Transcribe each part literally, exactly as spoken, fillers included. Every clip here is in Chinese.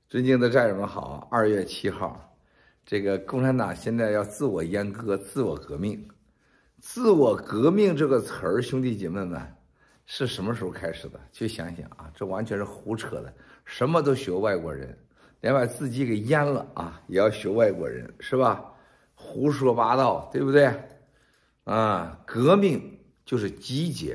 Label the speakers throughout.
Speaker 1: 尊敬的战友们好，二月七号，这个共产党现在要自我阉割、自我革命。自我革命这个词儿，兄弟姐妹们，是什么时候开始的？去想想啊，这完全是胡扯的，什么都学外国人，连把自己给阉了啊，也要学外国人，是吧？胡说八道，对不对？啊，革命就是集结。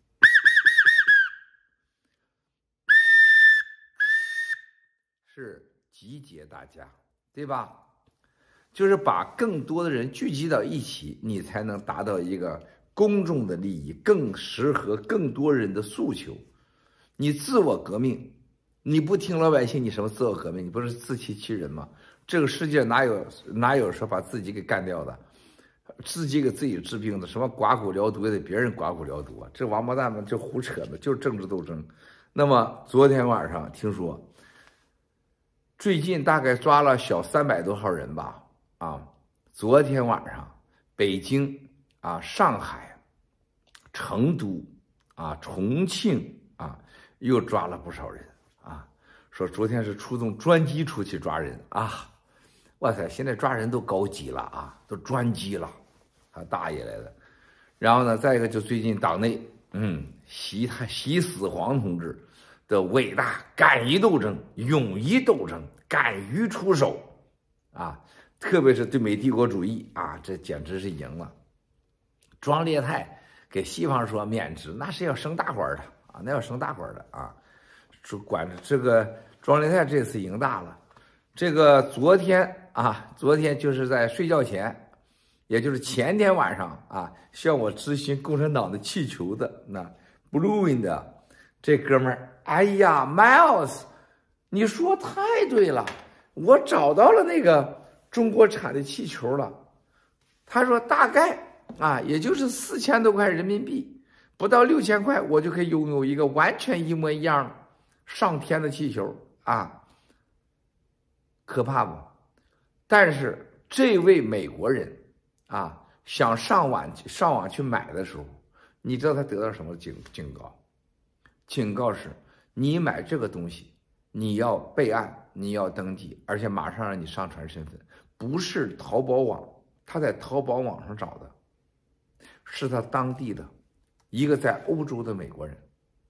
Speaker 1: 是集结大家，对吧？就是把更多的人聚集到一起，你才能达到一个公众的利益，更适合更多人的诉求。你自我革命，你不听老百姓，你什么自我革命？你不是自欺欺人吗？这个世界哪有哪有说把自己给干掉的，自己给自己治病的？什么刮骨疗毒的，别人刮骨疗毒啊？这王八蛋们就胡扯的，就是政治斗争。那么昨天晚上听说。最近大概抓了小三百多号人吧，啊，昨天晚上北京啊、上海、成都啊、重庆啊又抓了不少人啊，说昨天是出动专机出去抓人啊，哇塞，现在抓人都高级了啊，都专机了，啊大爷来的。然后呢，再一个就最近党内，嗯，习他习死黄同志的伟大敢于斗争、勇于斗争、敢于出手，啊，特别是对美帝国主义啊，这简直是赢了。庄烈泰给西方说免职，那是要升大官的啊，那要升大官的啊。就管着这个庄烈泰这次赢大了。这个昨天啊，昨天就是在睡觉前，也就是前天晚上啊，向我咨询共产党的气球的那 Blue Wind 的这哥们儿。哎呀 ，Miles， 你说太对了，我找到了那个中国产的气球了。他说大概啊，也就是四千多块人民币，不到六千块，我就可以拥有一个完全一模一样上天的气球啊，可怕不？但是这位美国人啊，想上网上网去买的时候，你知道他得到什么警警告？警告是。你买这个东西，你要备案，你要登记，而且马上让你上传身份，不是淘宝网，他在淘宝网上找的，是他当地的一个在欧洲的美国人，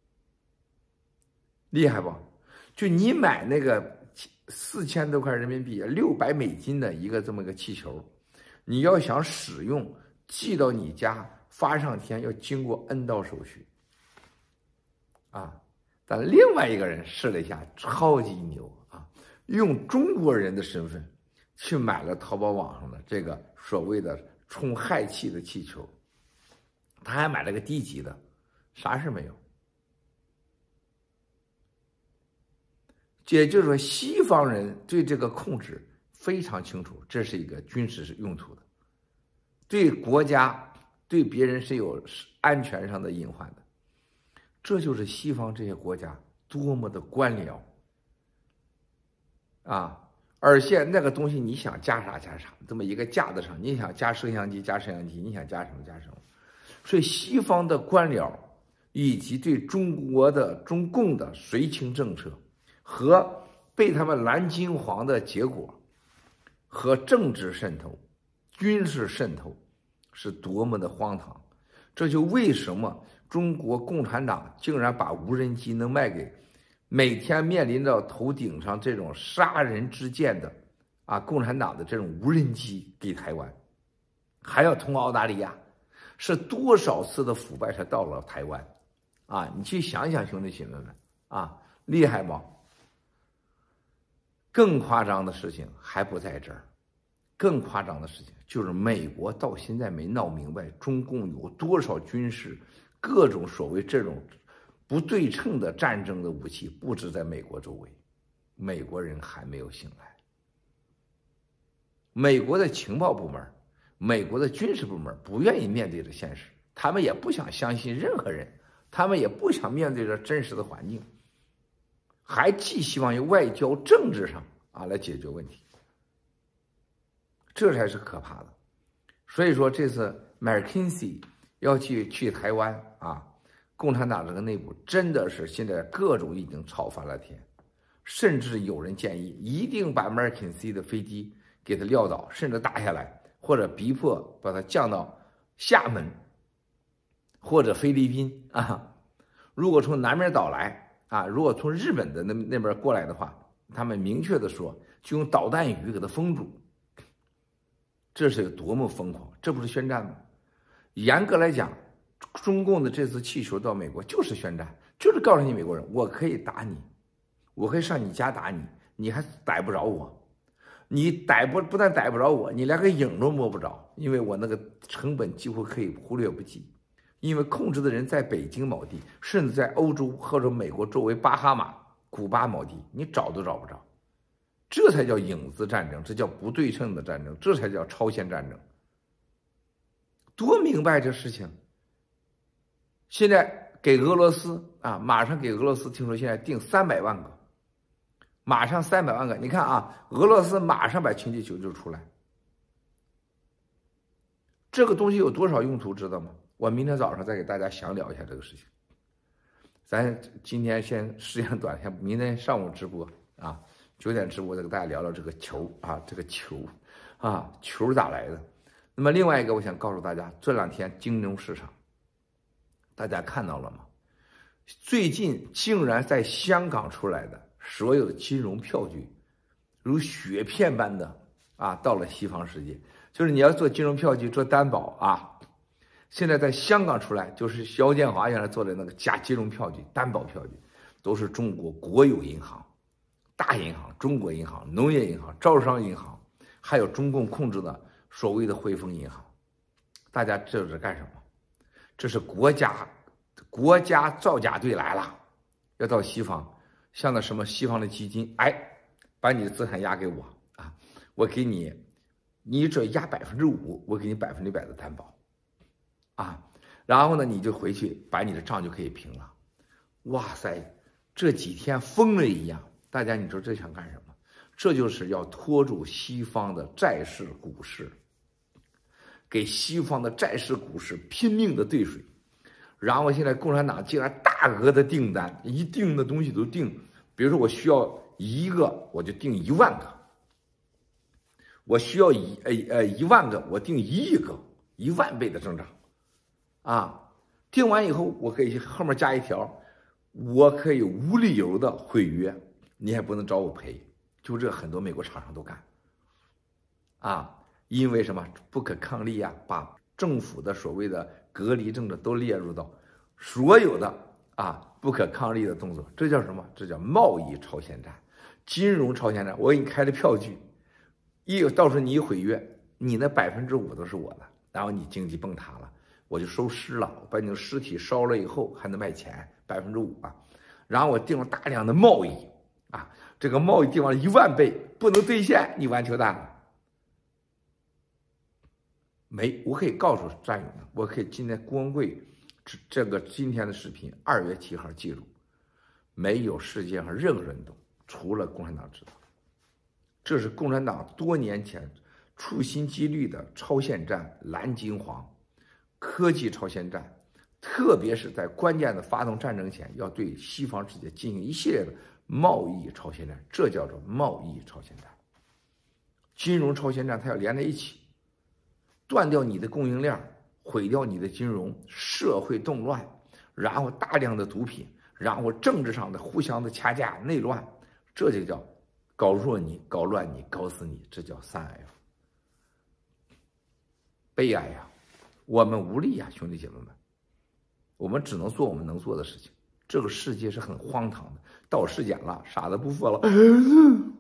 Speaker 1: 厉害不？就你买那个四千多块人民币，六百美金的一个这么个气球，你要想使用，寄到你家发上天，要经过 N 道手续，啊。但另外一个人试了一下，超级牛啊！用中国人的身份去买了淘宝网上的这个所谓的充氦气的气球，他还买了个低级的，啥事没有。也就是说，西方人对这个控制非常清楚，这是一个军事用途的，对国家、对别人是有安全上的隐患的。这就是西方这些国家多么的官僚啊！而且那个东西你想加啥加啥，这么一个架子上，你想加摄像机加摄像机，你想加什么加什么。所以西方的官僚以及对中国的中共的绥靖政策和被他们蓝金黄的结果和政治渗透、军事渗透是多么的荒唐。这就为什么中国共产党竟然把无人机能卖给每天面临着头顶上这种杀人之箭的啊共产党的这种无人机给台湾，还要通澳大利亚，是多少次的腐败才到了台湾啊？你去想想，兄弟姐妹们啊，厉害不？更夸张的事情还不在这儿，更夸张的事情就是美国到现在没闹明白中共有多少军事各种所谓这种不对称的战争的武器布置在美国周围，美国人还没有醒来。美国的情报部门、美国的军事部门不愿意面对这现实，他们也不想相信任何人，他们也不想面对这真实的环境，还寄希望于外交政治上啊来解决问题。这才是可怕的。所以说这次 McKinsey 要去去台湾啊，共产党这个内部真的是现在各种已经吵翻了天， 甚至有人建议一定把 American C 的飞机给它撂倒，甚至打下来，或者逼迫把它降到厦门或者菲律宾啊。如果从南边岛来啊，如果从日本的那那边过来的话，他们明确的说，就用导弹雨给它封住。这是有多么疯狂！这不是宣战吗？严格来讲，中共的这次气球到美国就是宣战，就是告诉你美国人，我可以打你，我可以上你家打你，你还逮不着我。你逮不不但逮不着我，你连个影都摸不着，因为我那个成本几乎可以忽略不计。因为控制的人在北京某地，甚至在欧洲或者美国周围巴哈马、古巴某地，你找都找不着。这才叫影子战争，这叫不对称的战争，这才叫超限战争。多明白这事情！现在给俄罗斯啊，马上给俄罗斯，听说现在定三百万个，马上三百万个。你看啊，俄罗斯马上把氢气球就出来，这个东西有多少用途，知道吗？我明天早上再给大家详聊一下这个事情。咱今天先时间短，先明天上午直播啊。九点直播再跟大家聊聊这个球啊，这个球啊，球咋来的？那么另外一个，我想告诉大家，这两天金融市场，大家看到了吗？最近竟然在香港出来的所有的金融票据，如雪片般的啊，到了西方世界。就是你要做金融票据，做担保啊，现在在香港出来，就是肖建华原来做的那个假金融票据、担保票据，都是中国国有银行。大银行、中国银行、农业银行、招商银行，还有中共控制的所谓的汇丰银行，大家这是干什么？这是国家国家造假队来了，要到西方，像那什么西方的基金，哎，把你的资产押给我啊，我给你，你只要押百分之五，我给你百分之百的担保，啊，然后呢，你就回去把你的账就可以平了。哇塞，这几天疯了一样。大家，你说这想干什么？这就是要拖住西方的债市、股市，给西方的债市、股市拼命的兑水。然后现在共产党竟然大额的订单，一订的东西都订，比如说我需要一个，我就订一万个；我需要一呃呃一万个，我订一亿个，一万倍的增长，啊！订完以后，我可以后面加一条，我可以无理由的毁约。你还不能找我赔，就这很多美国厂商都干，啊，因为什么不可抗力啊，把政府的所谓的隔离政策都列入到所有的啊不可抗力的动作，这叫什么？这叫贸易超限战、金融超限战。我给你开的票据，一到时候你一毁约，你那百分之五都是我的，然后你经济崩塌了，我就收尸了，我把你的尸体烧了以后还能卖钱，百分之五啊，然后我定了大量的贸易。啊，这个贸易定完了一万倍，不能兑现，你完球蛋了。没，我可以告诉战友们，我可以今天光贵这这个今天的视频，二月七号记录，没有世界上任何人懂，除了共产党知道。这是共产党多年前处心积虑的超限战、蓝金黄、科技超限战，特别是在关键的发动战争前，要对西方世界进行一系列的贸易超限战，这叫做贸易超限战。金融超限战它要连在一起，断掉你的供应链，毁掉你的金融，社会动乱，然后大量的毒品，然后政治上的互相的掐架内乱，这就叫搞弱你、搞乱你、搞死你，这叫三 F。悲哀呀，我们无力呀，兄弟姐妹们，我们只能做我们能做的事情。这个世界是很荒唐的，到时间了，傻子不服了。